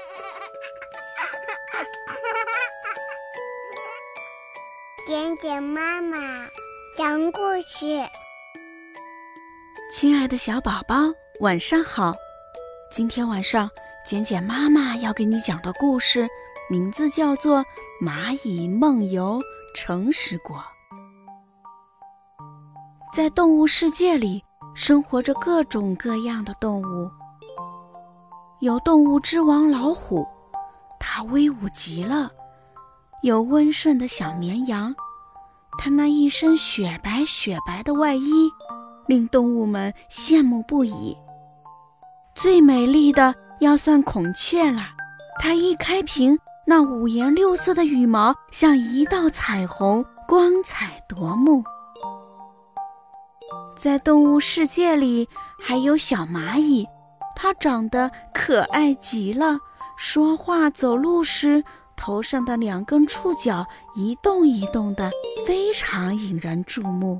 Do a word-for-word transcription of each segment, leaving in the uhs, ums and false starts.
简简妈妈讲故事。 亲爱的小宝宝，晚上好。今天晚上简简妈妈要给你讲的故事名字叫做《蚂蚁梦游诚实国》。在动物世界里生活着各种各样的动物，有动物之王老虎，它威武极了；有温顺的小绵羊，它那一身雪白雪白的外衣令动物们羡慕不已。最美丽的要算孔雀了，它一开屏，那五颜六色的羽毛像一道彩虹，光彩夺目。在动物世界里还有小蚂蚁，它长得可爱极了，说话走路时头上的两根触角一动一动的，非常引人注目。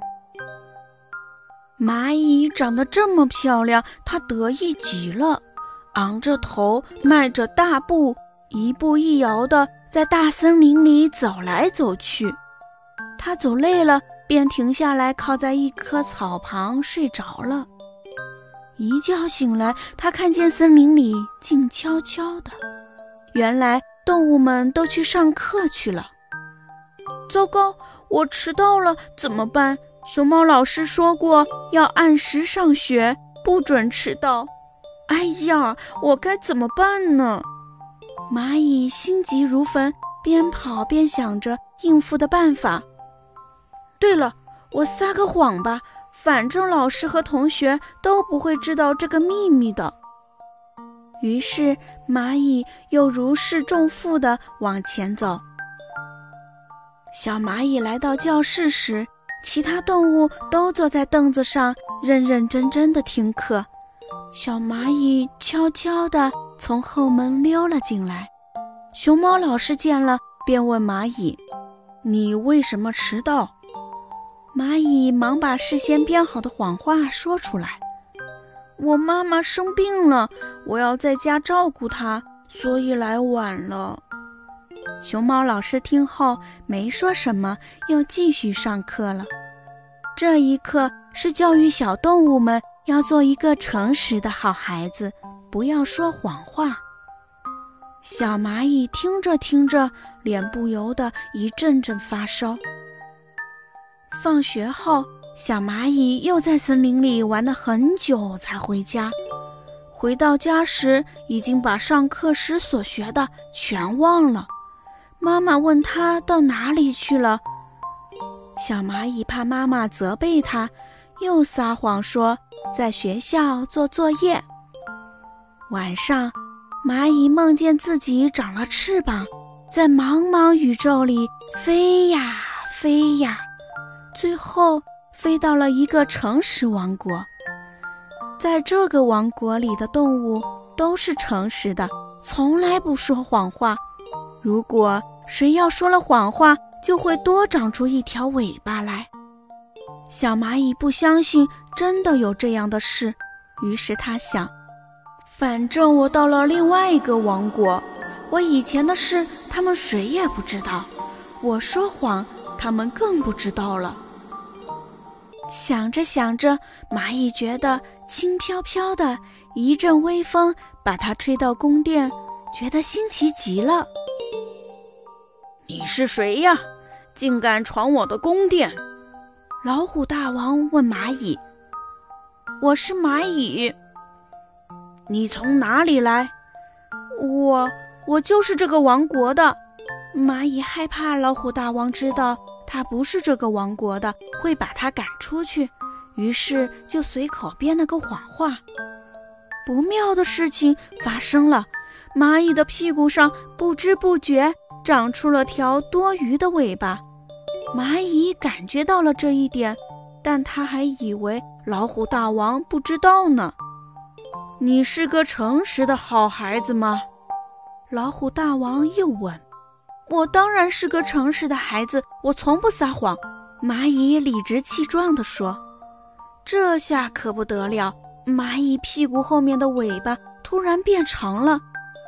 蚂蚁长得这么漂亮，它得意极了，昂着头，迈着大步，一步一摇地在大森林里走来走去。它走累了，便停下来靠在一棵草旁睡着了。一觉醒来，它看见森林里静悄悄的，原来动物们都去上课去了。糟糕，我迟到了，怎么办？熊猫老师说过要按时上学，不准迟到。哎呀，我该怎么办呢？蚂蚁心急如焚，边跑边想着应付的办法。对了，我撒个谎吧，反正老师和同学都不会知道这个秘密的。于是蚂蚁又如释重负地往前走。小蚂蚁来到教室时，其他动物都坐在凳子上认认真真地听课。小蚂蚁悄悄地从后门溜了进来。熊猫老师见了，便问蚂蚁：你为什么迟到？蚂蚁忙把事先编好的谎话说出来。我妈妈生病了，我要在家照顾她，所以来晚了。熊猫老师听后没说什么，又继续上课了。这一课是教育小动物们要做一个诚实的好孩子，不要说谎话。小蚂蚁听着听着，脸不由得一阵阵发烧。放学后，小蚂蚁又在森林里玩了很久才回家。回到家时，已经把上课时所学的全忘了。妈妈问他到哪里去了，小蚂蚁怕妈妈责备他，又撒谎说在学校做作业。晚上，蚂蚁梦见自己长了翅膀，在茫茫宇宙里飞呀飞呀，最后飞到了一个诚实王国。在这个王国里的动物都是诚实的，从来不说谎话。如果谁要说了谎话，就会多长出一条尾巴来。小蚂蚁不相信真的有这样的事，于是他想，反正我到了另外一个王国，我以前的事他们谁也不知道，我说谎他们更不知道了。想着想着，蚂蚁觉得轻飘飘的，一阵微风把它吹到宫殿，觉得新奇极了。你是谁呀？竟敢闯我的宫殿！老虎大王问蚂蚁。我是蚂蚁。你从哪里来？我我就是这个王国的。蚂蚁害怕老虎大王知道他不是这个王国的，会把他赶出去，于是就随口编了个谎话。不妙的事情发生了，蚂蚁的屁股上不知不觉长出了条多余的尾巴。蚂蚁感觉到了这一点，但他还以为老虎大王不知道呢。你是个诚实的好孩子吗？老虎大王又问。我当然是个诚实的孩子，我从不撒谎。蚂蚁理直气壮地说。这下可不得了，蚂蚁屁股后面的尾巴突然变长了，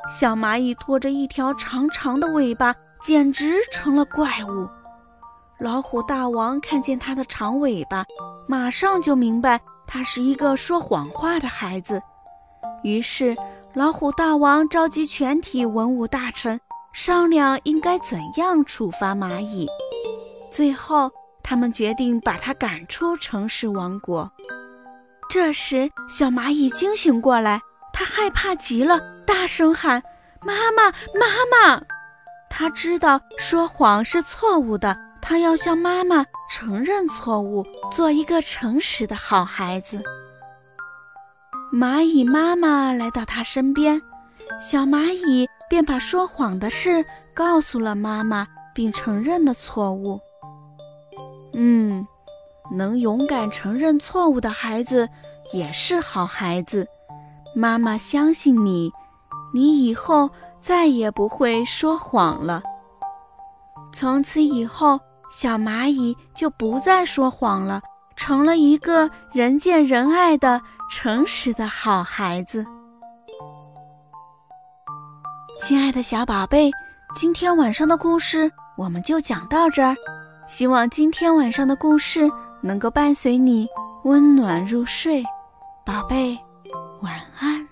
小蚂蚁拖着一条长长的尾巴，简直成了怪物。老虎大王看见它的长尾巴，马上就明白它是一个说谎话的孩子。于是老虎大王召集全体文武大臣，商量应该怎样处罚蚂蚁。最后他们决定把它赶出城市王国。这时小蚂蚁惊醒过来，它害怕极了，大声喊：妈妈，妈妈！它知道说谎是错误的，它要向妈妈承认错误，做一个诚实的好孩子。蚂蚁妈妈来到它身边，小蚂蚁便把说谎的事告诉了妈妈，并承认了错误。嗯，能勇敢承认错误的孩子也是好孩子。妈妈相信你，你以后再也不会说谎了。从此以后，小蚂蚁就不再说谎了，成了一个人见人爱的诚实的好孩子。亲爱的小宝贝，今天晚上的故事我们就讲到这儿。希望今天晚上的故事能够伴随你温暖入睡。宝贝，晚安。